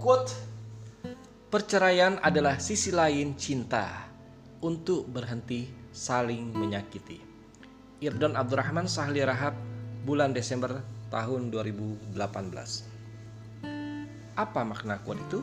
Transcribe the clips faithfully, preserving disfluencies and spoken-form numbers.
Quote, perceraian adalah sisi lain cinta untuk berhenti saling menyakiti. Irdon Abdurrahman Sahli Rahab, bulan Desember tahun dua ribu delapan belas. Apa makna quote itu?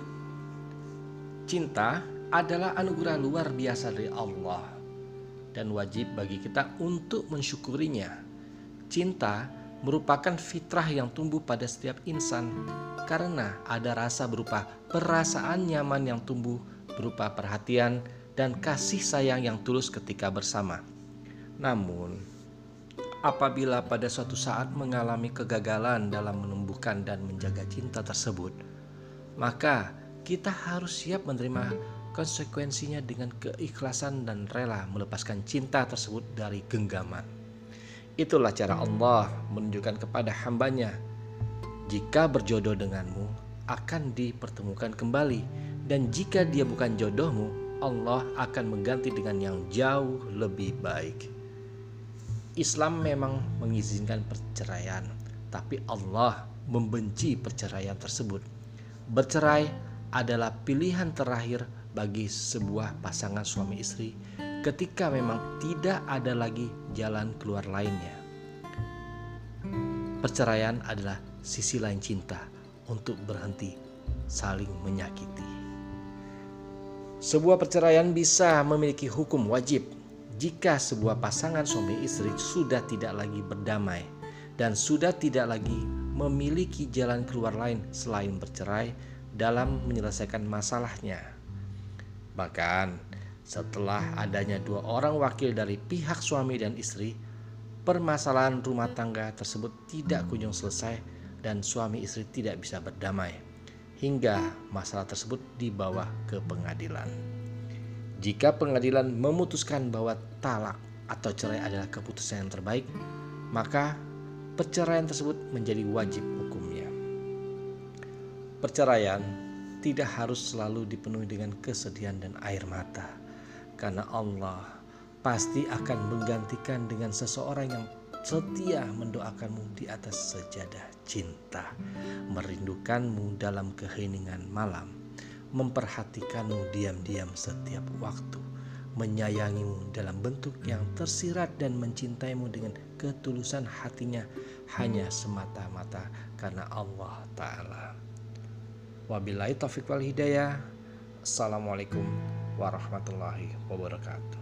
Cinta adalah anugerah luar biasa dari Allah dan wajib bagi kita untuk mensyukurinya. Cinta merupakan fitrah yang tumbuh pada setiap insan karena ada rasa berupa perasaan nyaman yang tumbuh berupa perhatian dan kasih sayang yang tulus ketika bersama. Namun, apabila pada suatu saat mengalami kegagalan dalam menumbuhkan dan menjaga cinta tersebut, maka kita harus siap menerima konsekuensinya dengan keikhlasan dan rela melepaskan cinta tersebut dari genggaman. Itulah cara Allah menunjukkan kepada hambanya, jika berjodoh denganmu akan dipertemukan kembali, dan jika dia bukan jodohmu, Allah akan mengganti dengan yang jauh lebih baik. Islam memang mengizinkan perceraian, tapi Allah membenci perceraian tersebut. Bercerai adalah pilihan terakhir bagi sebuah pasangan suami istri ketika memang tidak ada lagi jalan keluar lainnya. Perceraian adalah sisi lain cinta untuk berhenti saling menyakiti. Sebuah perceraian bisa memiliki hukum wajib jika sebuah pasangan suami istri sudah tidak lagi berdamai dan sudah tidak lagi memiliki jalan keluar lain selain bercerai dalam menyelesaikan masalahnya. Bahkan setelah adanya dua orang wakil dari pihak suami dan istri, permasalahan rumah tangga tersebut tidak kunjung selesai dan suami istri tidak bisa berdamai hingga masalah tersebut dibawa ke pengadilan. Jika pengadilan memutuskan bahwa talak atau cerai adalah keputusan yang terbaik, maka perceraian tersebut menjadi wajib hukumnya. Perceraian tidak harus selalu dipenuhi dengan kesedihan dan air mata, karena Allah pasti akan menggantikan dengan seseorang yang setia mendoakanmu di atas sejadah cinta, merindukanmu dalam keheningan malam, memperhatikanmu diam-diam setiap waktu, menyayangimu dalam bentuk yang tersirat dan mencintaimu dengan ketulusan hatinya hanya semata-mata karena Allah Ta'ala. Wabillahi taufiq wal hidayah. Assalamualaikum warahmatullahi wabarakatuh.